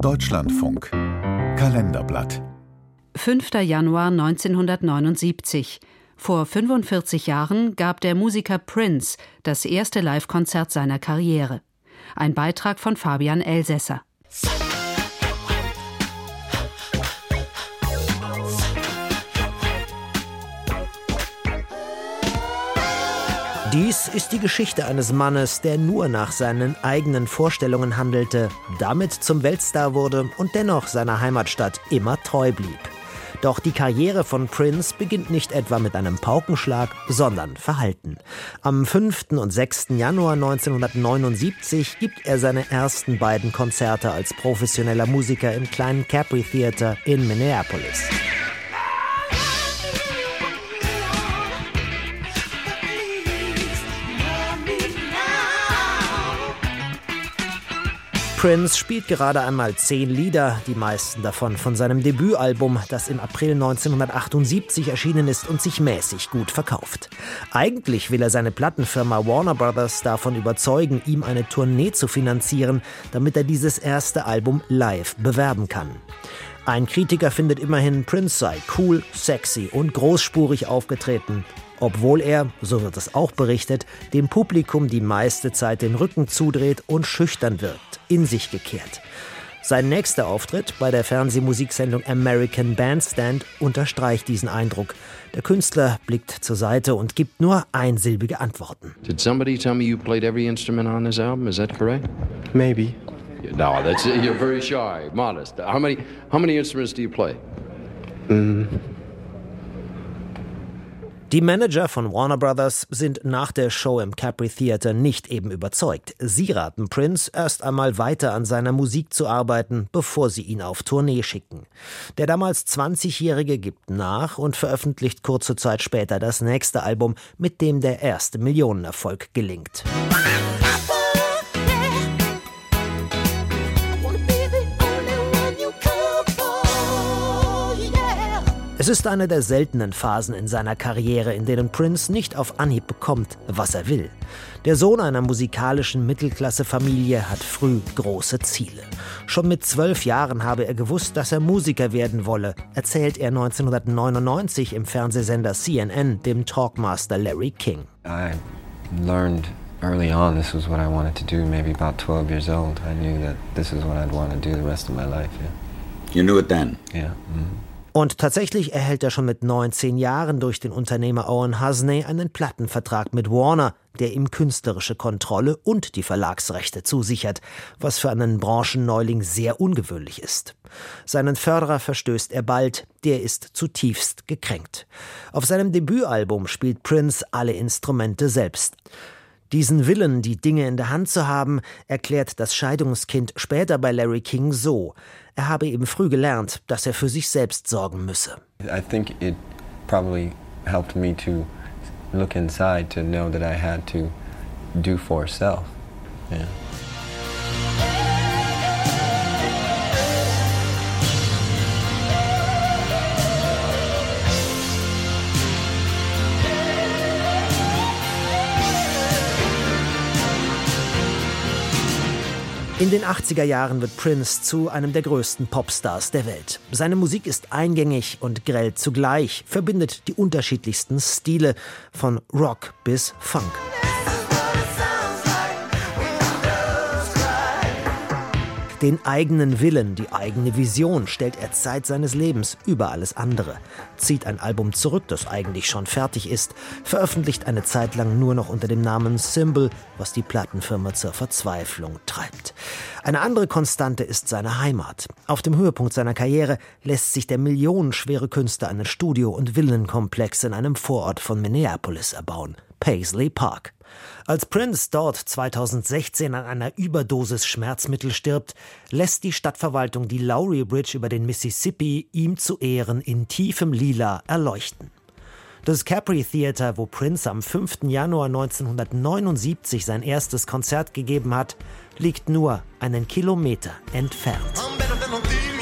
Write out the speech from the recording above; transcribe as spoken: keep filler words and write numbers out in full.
Deutschlandfunk Kalenderblatt. fünfter Januar neunzehnhundertneunundsiebzig. Vor fünfundvierzig Jahren gab der Musiker Prince das erste Live-Konzert seiner Karriere. Ein Beitrag von Fabian Elsässer. Dies ist die Geschichte eines Mannes, der nur nach seinen eigenen Vorstellungen handelte, damit zum Weltstar wurde und dennoch seiner Heimatstadt immer treu blieb. Doch die Karriere von Prince beginnt nicht etwa mit einem Paukenschlag, sondern verhalten. Am fünften und sechsten Januar neunzehnhundertneunundsiebzig gibt er seine ersten beiden Konzerte als professioneller Musiker im kleinen Capri Theatre in Minneapolis. Prince spielt gerade einmal zehn Lieder, die meisten davon von seinem Debütalbum, das im April neunzehnhundertachtundsiebzig erschienen ist und sich mäßig gut verkauft. Eigentlich will er seine Plattenfirma Warner Brothers davon überzeugen, ihm eine Tournee zu finanzieren, damit er dieses erste Album live bewerben kann. Ein Kritiker findet immerhin, Prince sei cool, sexy und großspurig aufgetreten, obwohl er, so wird es auch berichtet, dem Publikum die meiste Zeit den Rücken zudreht und schüchtern wirkt, in sich gekehrt. Sein nächster Auftritt bei der Fernsehmusiksendung American Bandstand unterstreicht diesen Eindruck. Der Künstler blickt zur Seite und gibt nur einsilbige Antworten. Did somebody tell me you played every instrument on this album? Is that correct? Maybe. No, that's you're very shy, modest. How many how many instruments do you play? Mm. Die Manager von Warner Brothers sind nach der Show im Capri Theatre nicht eben überzeugt. Sie raten Prince, erst einmal weiter an seiner Musik zu arbeiten, bevor sie ihn auf Tournee schicken. Der damals zwanzigjährige gibt nach und veröffentlicht kurze Zeit später das nächste Album, mit dem der erste Millionenerfolg gelingt. Es ist eine der seltenen Phasen in seiner Karriere, in denen Prince nicht auf Anhieb bekommt, was er will. Der Sohn einer musikalischen Mittelklassefamilie hat früh große Ziele. Schon mit zwölf Jahren habe er gewusst, dass er Musiker werden wolle, erzählt er neunzehnhundertneunundneunzig im Fernsehsender C N N dem Talkmaster Larry King. I learned early on this was what I wanted to do. Maybe about twelve years old, I knew that this is what I'd want to do the rest of my life. Yeah. You knew it then? Yeah. Mm-hmm. Und tatsächlich erhält er schon mit neunzehn Jahren durch den Unternehmer Owen Husney einen Plattenvertrag mit Warner, der ihm künstlerische Kontrolle und die Verlagsrechte zusichert, was für einen Branchenneuling sehr ungewöhnlich ist. Seinen Förderer verstößt er bald, der ist zutiefst gekränkt. Auf seinem Debütalbum spielt Prince alle Instrumente selbst. Diesen Willen, die Dinge in der Hand zu haben, erklärt das Scheidungskind später bei Larry King so: Er habe eben früh gelernt, dass er für sich selbst sorgen müsse. I think it probably helped me to look inside to know that I had to do for self. Yeah. In den achtziger Jahren wird Prince zu einem der größten Popstars der Welt. Seine Musik ist eingängig und grell zugleich, verbindet die unterschiedlichsten Stile, von Rock bis Funk. Den eigenen Willen, die eigene Vision stellt er Zeit seines Lebens über alles andere. Zieht ein Album zurück, das eigentlich schon fertig ist, veröffentlicht eine Zeit lang nur noch unter dem Namen Symbol, was die Plattenfirma zur Verzweiflung treibt. Eine andere Konstante ist seine Heimat. Auf dem Höhepunkt seiner Karriere lässt sich der millionenschwere Künstler einen Studio- und Villenkomplex in einem Vorort von Minneapolis erbauen: Paisley Park. Als Prince dort zweitausendsechzehn an einer Überdosis Schmerzmittel stirbt, lässt die Stadtverwaltung die Lowry Bridge über den Mississippi ihm zu Ehren in tiefem Lila erleuchten. Das Capri Theatre, wo Prince am fünften Januar neunzehnhundertneunundsiebzig sein erstes Konzert gegeben hat, liegt nur einen Kilometer entfernt.